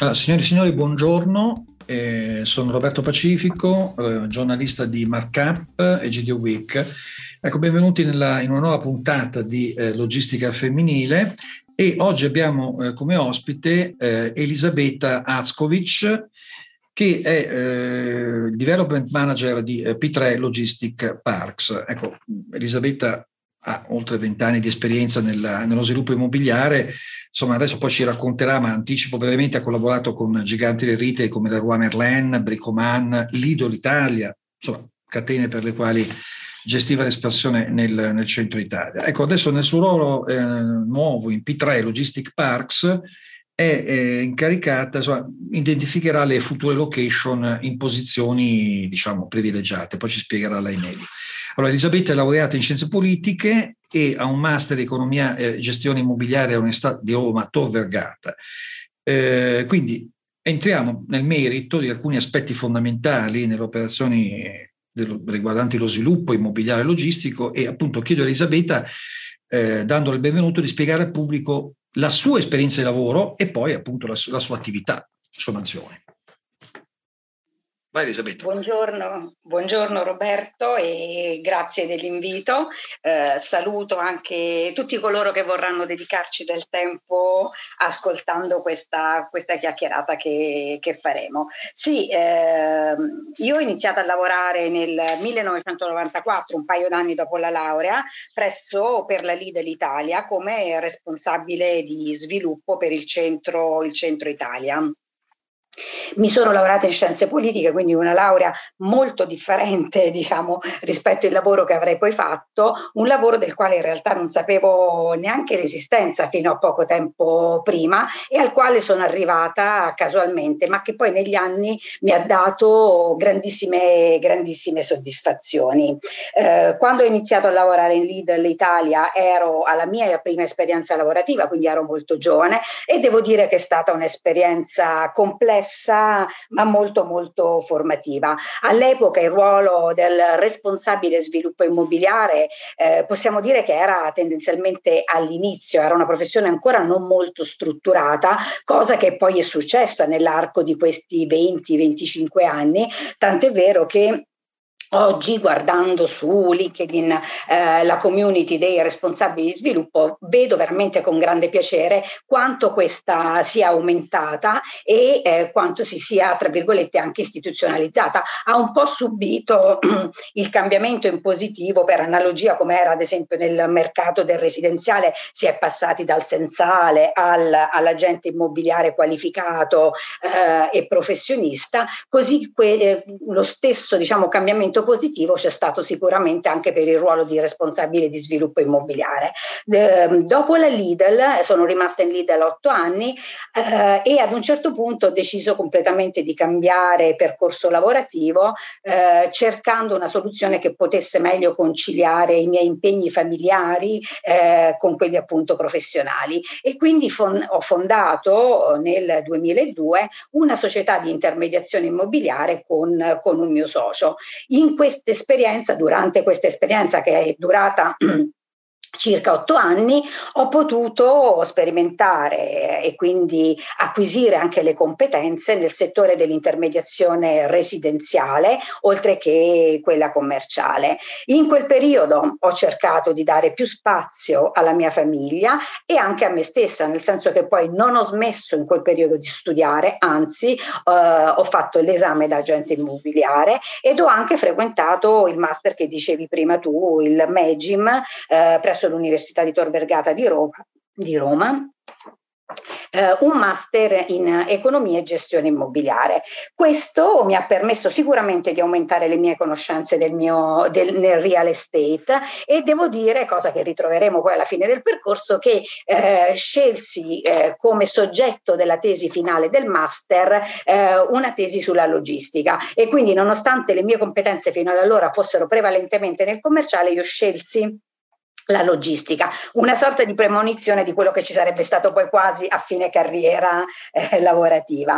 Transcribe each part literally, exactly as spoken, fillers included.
Ah, signori e signori, buongiorno. Eh, sono Roberto Pacifico, eh, giornalista di Markup e G D O Week. Ecco, benvenuti nella, in una nuova puntata di eh, Logistica Femminile e oggi abbiamo eh, come ospite eh, Elisabetta Ackovic, che è eh, Development Manager di eh, P tre Logistic Parks. Ecco, Elisabetta ha oltre vent'anni di esperienza nel, nello sviluppo immobiliare, insomma adesso poi ci racconterà, ma anticipo brevemente, ha collaborato con giganti del retail come Leroy Merlin, Bricoman, Lidl Italia, insomma catene per le quali gestiva l'espansione nel, nel centro Italia. Ecco, adesso nel suo ruolo eh, nuovo in P tre Logistic Parks è eh, incaricata, insomma, identificherà le future location in posizioni, diciamo, privilegiate, poi ci spiegherà lei meglio. Allora, Elisabetta è laureata in scienze politiche e ha un master in economia e gestione immobiliare all'Università di Roma Tor Vergata. Eh, quindi entriamo nel merito di alcuni aspetti fondamentali nelle operazioni del, riguardanti lo sviluppo immobiliare e logistico e appunto chiedo a Elisabetta, eh, dandole il benvenuto, di spiegare al pubblico la sua esperienza di lavoro e poi appunto la, la sua attività, la sua mansione. Vai Elisabetta. Buongiorno, buongiorno Roberto e grazie dell'invito. Eh, saluto anche tutti coloro che vorranno dedicarci del tempo ascoltando questa, questa chiacchierata che, che faremo. Sì, eh, io ho iniziato a lavorare nel millenovecentonovantaquattro, un paio d'anni dopo la laurea, presso per la Lidl Italia come responsabile di sviluppo per il centro, il centro Italia. Mi sono laureata in scienze politiche, quindi una laurea molto differente, diciamo, rispetto al lavoro che avrei poi fatto, un lavoro del quale in realtà non sapevo neanche l'esistenza fino a poco tempo prima e al quale sono arrivata casualmente, ma che poi negli anni mi ha dato grandissime, grandissime soddisfazioni. Eh, quando ho iniziato a lavorare in Lidl Italia ero alla mia prima esperienza lavorativa, quindi ero molto giovane e devo dire che è stata un'esperienza complessa ma molto molto formativa. All'epoca il ruolo del responsabile sviluppo immobiliare eh, possiamo dire che era tendenzialmente all'inizio, era una professione ancora non molto strutturata, cosa che poi è successa nell'arco di questi venti venticinque anni, tant'è vero che oggi, guardando su LinkedIn eh, la community dei responsabili di sviluppo, vedo veramente con grande piacere quanto questa sia aumentata e eh, quanto si sia, tra virgolette, anche istituzionalizzata. Ha un po' subito il cambiamento in positivo, per analogia come era ad esempio nel mercato del residenziale, si è passati dal sensale al, all'agente immobiliare qualificato eh, e professionista, così que- eh, lo stesso, diciamo, cambiamento positivo c'è stato sicuramente anche per il ruolo di responsabile di sviluppo immobiliare. Eh, dopo la Lidl sono rimasta in Lidl otto anni eh, e ad un certo punto ho deciso completamente di cambiare percorso lavorativo eh, cercando una soluzione che potesse meglio conciliare i miei impegni familiari eh, con quelli appunto professionali e quindi fon- ho fondato nel duemiladue una società di intermediazione immobiliare con, con un mio socio. In questa esperienza, durante questa esperienza che è durata circa otto anni, ho potuto sperimentare e quindi acquisire anche le competenze nel settore dell'intermediazione residenziale, oltre che quella commerciale. In quel periodo ho cercato di dare più spazio alla mia famiglia e anche a me stessa, nel senso che poi non ho smesso in quel periodo di studiare, anzi eh, ho fatto l'esame da agente immobiliare ed ho anche frequentato il master che dicevi prima tu, il MEGIM, eh, presso l'Università di Tor Vergata di Roma, di Roma eh, un master in economia e gestione immobiliare. Questo mi ha permesso sicuramente di aumentare le mie conoscenze del mio, del, nel real estate e devo dire, cosa che ritroveremo poi alla fine del percorso, che eh, scelsi eh, come soggetto della tesi finale del master eh, una tesi sulla logistica e quindi nonostante le mie competenze fino ad allora fossero prevalentemente nel commerciale, io scelsi la logistica, una sorta di premonizione di quello che ci sarebbe stato poi quasi a fine carriera eh, lavorativa.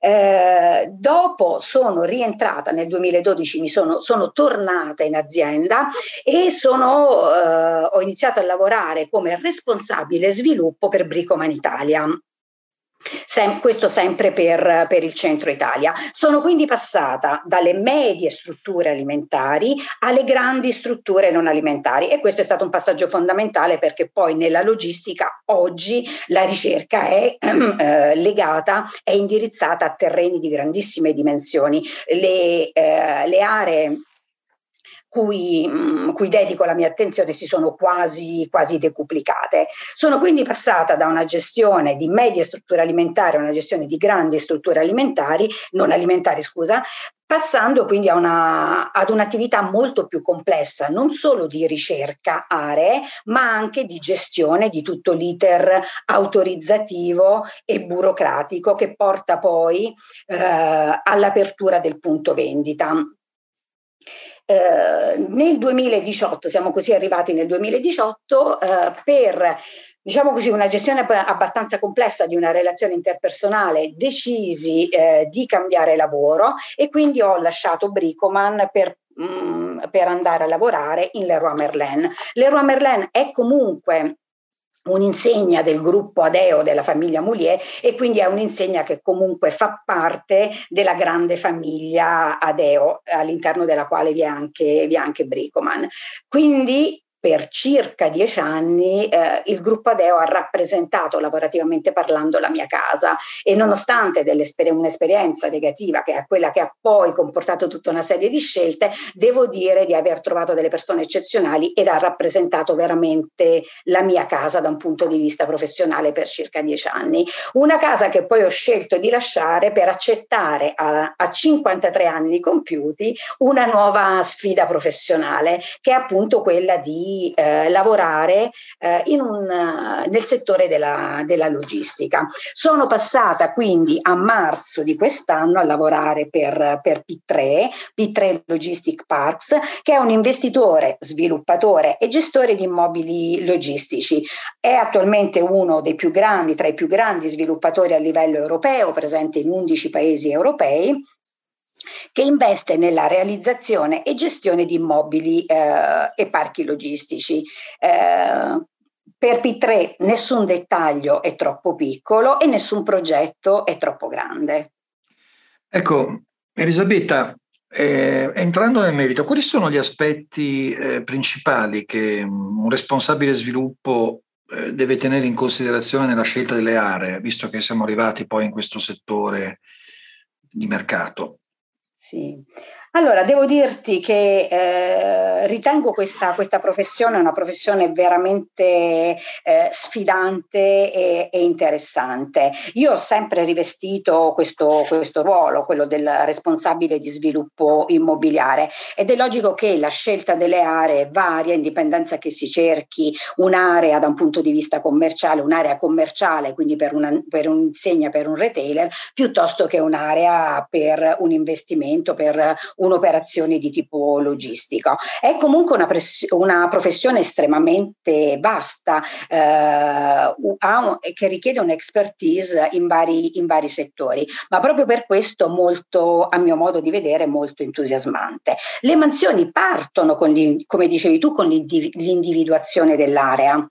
Eh, dopo sono rientrata nel duemiladodici, mi sono, sono tornata in azienda e sono, eh, ho iniziato a lavorare come responsabile sviluppo per Bricoman Italia. Sem- questo sempre per, per il centro Italia. Sono quindi passata dalle medie strutture alimentari alle grandi strutture non alimentari, e questo è stato un passaggio fondamentale, perché poi nella logistica oggi la ricerca è eh, legata, è indirizzata a terreni di grandissime dimensioni. Le, eh, le aree Cui, mh, cui dedico la mia attenzione si sono quasi, quasi decuplicate. Sono quindi passata da una gestione di medie strutture alimentari a una gestione di grandi strutture alimentari, non alimentari, scusa, passando quindi a una, ad un'attività molto più complessa, non solo di ricerca aree, ma anche di gestione di tutto l'iter autorizzativo e burocratico che porta poi eh, all'apertura del punto vendita. Eh, nel duemiladiciotto, siamo così arrivati nel duemiladiciotto, eh, per diciamo così una gestione abbastanza complessa di una relazione interpersonale, decisi eh, di cambiare lavoro, e quindi ho lasciato Bricoman per, mh, per andare a lavorare in Leroy Merlin. Leroy Merlin è comunque un'insegna del gruppo Adeo della famiglia Moulier, e quindi è un'insegna che comunque fa parte della grande famiglia Adeo, all'interno della quale vi è anche, vi è anche Bricoman. Quindi per circa dieci anni eh, il gruppo Adeo ha rappresentato, lavorativamente parlando, la mia casa, e nonostante un'esperienza negativa, che è quella che ha poi comportato tutta una serie di scelte, devo dire di aver trovato delle persone eccezionali, ed ha rappresentato veramente la mia casa da un punto di vista professionale per circa dieci anni. Una casa che poi ho scelto di lasciare per accettare a, a cinquantatré anni compiuti una nuova sfida professionale, che è appunto quella di Eh, lavorare eh, in un, uh, nel settore della, della logistica. Sono passata quindi a marzo di quest'anno a lavorare per, per P tre, P tre Logistic Parks, che è un investitore, sviluppatore e gestore di immobili logistici. È attualmente uno dei più grandi, tra i più grandi sviluppatori a livello europeo, presente in undici paesi europei, che investe nella realizzazione e gestione di immobili eh, e parchi logistici. Eh, per P tre nessun dettaglio è troppo piccolo e nessun progetto è troppo grande. Ecco, Elisabetta, eh, entrando nel merito, quali sono gli aspetti eh, principali che un responsabile sviluppo eh, deve tenere in considerazione nella scelta delle aree, visto che siamo arrivati poi in questo settore di mercato? Sì. Allora, devo dirti che eh, ritengo questa, questa professione una professione veramente eh, sfidante e, e interessante. Io ho sempre rivestito questo, questo ruolo, quello del responsabile di sviluppo immobiliare, ed è logico che la scelta delle aree varia in dipendenza che si cerchi un'area da un punto di vista commerciale, un'area commerciale, quindi per, una, per un'insegna, per un retailer, piuttosto che un'area per un investimento, per un'operazione di tipo logistico. È comunque una, press- una professione estremamente vasta, eh, un, che richiede un'expertise in vari, in vari settori, ma proprio per questo molto, a mio modo di vedere, molto entusiasmante. Le mansioni partono, con come dicevi tu, con l'individuazione dell'area.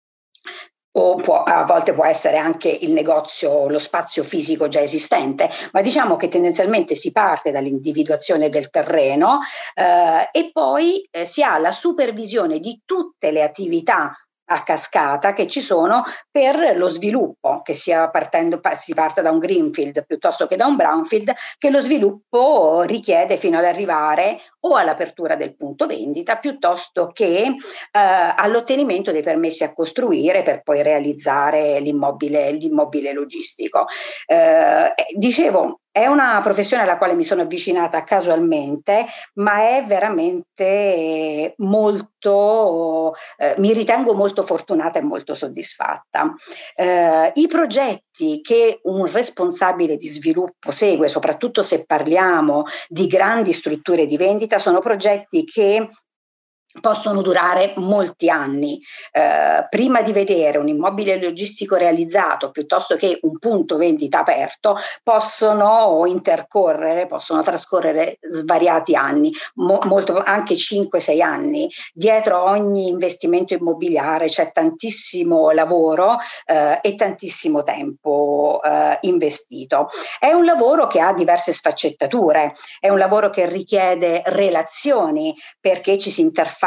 O può, a volte può essere anche il negozio, lo spazio fisico già esistente, ma diciamo che tendenzialmente si parte dall'individuazione del terreno eh, e poi eh, si ha la supervisione di tutte le attività a cascata che ci sono per lo sviluppo, che sia partendo, si parta da un greenfield piuttosto che da un brownfield, che lo sviluppo richiede fino ad arrivare o all'apertura del punto vendita, piuttosto che eh, all'ottenimento dei permessi a costruire per poi realizzare l'immobile, l'immobile logistico. Eh, dicevo, è una professione alla quale mi sono avvicinata casualmente, ma è veramente molto, eh, mi ritengo molto fortunata e molto soddisfatta. Eh, I progetti che un responsabile di sviluppo segue, soprattutto se parliamo di grandi strutture di vendita, sono progetti che possono durare molti anni. Eh, prima di vedere un immobile logistico realizzato piuttosto che un punto vendita aperto, possono intercorrere, possono trascorrere svariati anni, mo, molto, anche cinque sei anni. Dietro ogni investimento immobiliare c'è tantissimo lavoro eh, e tantissimo tempo eh, investito. È un lavoro che ha diverse sfaccettature, è un lavoro che richiede relazioni, perché ci si interfaccia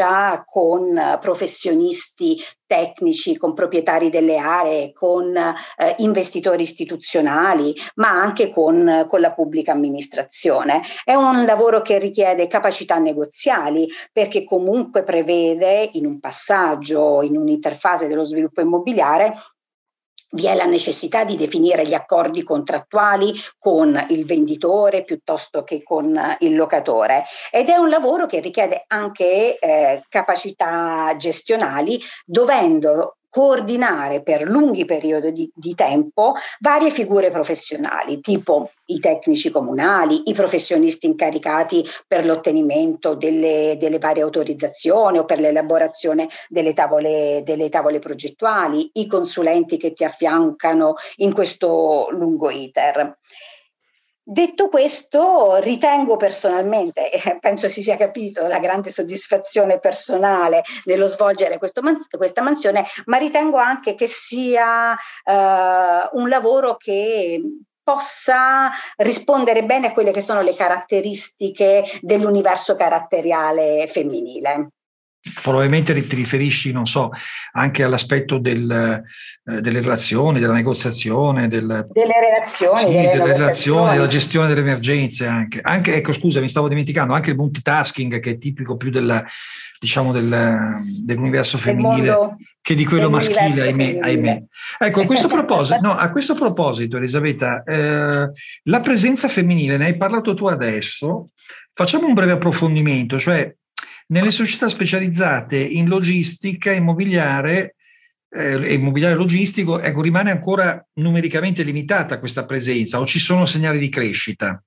con professionisti tecnici, con proprietari delle aree, con eh, investitori istituzionali, ma anche con, con la pubblica amministrazione. È un lavoro che richiede capacità negoziali, perché comunque prevede in un passaggio, in un'interfase dello sviluppo immobiliare, vi è la necessità di definire gli accordi contrattuali con il venditore piuttosto che con il locatore, ed è un lavoro che richiede anche eh, capacità gestionali, dovendo coordinare per lunghi periodi di, di tempo varie figure professionali, tipo i tecnici comunali, i professionisti incaricati per l'ottenimento delle, delle varie autorizzazioni o per l'elaborazione delle tavole, delle tavole progettuali, i consulenti che ti affiancano in questo lungo iter. Detto questo, ritengo personalmente, e penso si sia capito la grande soddisfazione personale nello svolgere questo mans- questa mansione, ma ritengo anche che sia eh, un lavoro che possa rispondere bene a quelle che sono le caratteristiche dell'universo caratteriale femminile. Probabilmente ti riferisci, non so, anche all'aspetto del, eh, delle relazioni, della negoziazione, del, delle relazioni, sì, delle, delle relazioni, della negoziazioni. gestione delle emergenze anche. Anche, ecco, scusa, mi stavo dimenticando, anche il multitasking, che è tipico più del, diciamo, del, dell'universo femminile Del mondo, che di quello maschile, ahimè, ahimè. Ecco, a questo proposito, no, a questo proposito, Elisabetta, eh, la presenza femminile, ne hai parlato tu adesso, facciamo un breve approfondimento, cioè nelle società specializzate in logistica immobiliare eh, immobiliare logistico, ecco, rimane ancora numericamente limitata questa presenza o ci sono segnali di crescita?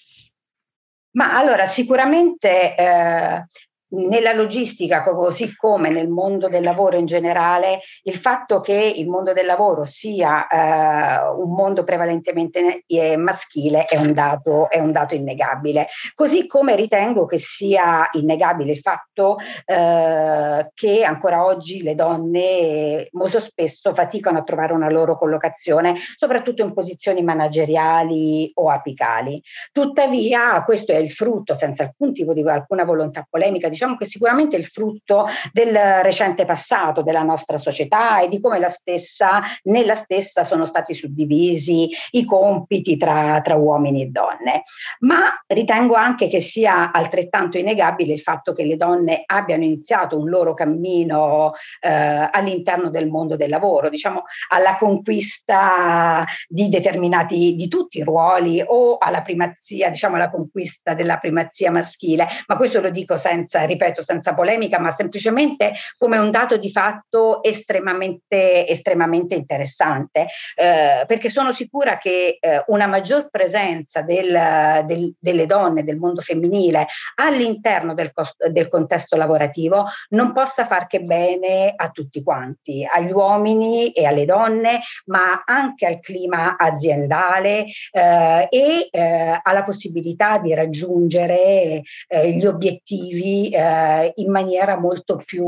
Ma allora sicuramente eh, nella logistica, così come nel mondo del lavoro in generale, il fatto che il mondo del lavoro sia eh, un mondo prevalentemente maschile è un dato, è un dato innegabile. Così come ritengo che sia innegabile il fatto eh, che ancora oggi le donne molto spesso faticano a trovare una loro collocazione, soprattutto in posizioni manageriali o apicali. Tuttavia, questo è il frutto, senza alcun tipo di alcuna volontà polemica, diciamo che sicuramente è il frutto del recente passato della nostra società e di come la stessa, nella stessa sono stati suddivisi i compiti tra, tra uomini e donne. Ma ritengo anche che sia altrettanto innegabile il fatto che le donne abbiano iniziato un loro cammino eh, all'interno del mondo del lavoro, diciamo alla conquista di determinati, di tutti i ruoli o alla primazia, diciamo alla conquista della primazia maschile, ma questo lo dico senza, ripeto, senza polemica, ma semplicemente come un dato di fatto estremamente, estremamente interessante, eh, perché sono sicura che eh, una maggior presenza del, del, delle donne, del mondo femminile all'interno del, cost- del contesto lavorativo non possa far che bene a tutti quanti, agli uomini e alle donne, ma anche al clima aziendale eh, e eh, alla possibilità di raggiungere eh, gli obiettivi eh, in maniera molto più,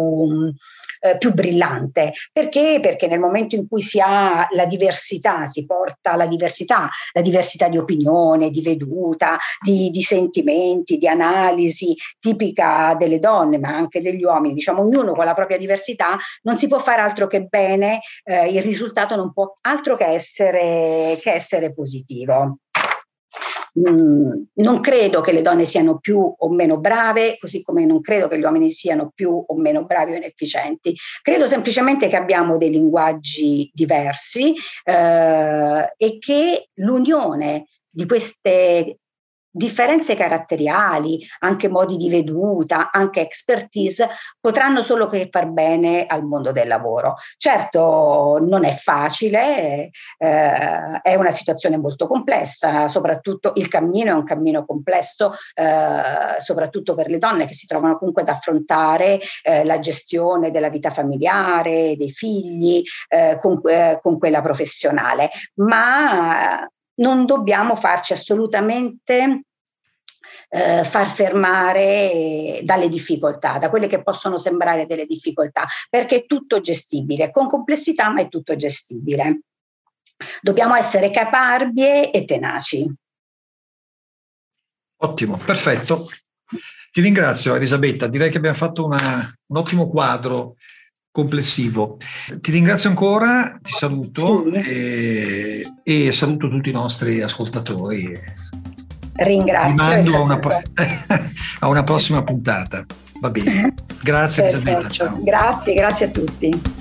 eh, più brillante. Perché? Perché nel momento in cui si ha la diversità, si porta la diversità, la diversità di opinione, di veduta, di, di sentimenti, di analisi tipica delle donne, ma anche degli uomini, diciamo ognuno con la propria diversità, non si può fare altro che bene, eh, il risultato non può altro che essere, che essere positivo. Mm, non credo che le donne siano più o meno brave, così come non credo che gli uomini siano più o meno bravi o inefficienti. Credo semplicemente che abbiamo dei linguaggi diversi eh, e che l'unione di queste differenze caratteriali, anche modi di veduta, anche expertise, potranno solo che far bene al mondo del lavoro. Certo, non è facile, eh, è una situazione molto complessa, soprattutto il cammino è un cammino complesso, eh, soprattutto per le donne che si trovano comunque ad affrontare eh, la gestione della vita familiare, dei figli, eh, con, eh, con quella professionale, ma non dobbiamo farci assolutamente eh, far fermare dalle difficoltà, da quelle che possono sembrare delle difficoltà, perché è tutto gestibile, con complessità, ma è tutto gestibile. Dobbiamo essere caparbie e tenaci. Ottimo, perfetto. Ti ringrazio Elisabetta, direi che abbiamo fatto una, un ottimo quadro complessivo. Ti ringrazio ancora, ti saluto, sì. e, e saluto tutti i nostri ascoltatori. Ringrazio. Rimando a una, a una prossima puntata. Va bene. Grazie Elisabetta. Ciao. Grazie, grazie a tutti.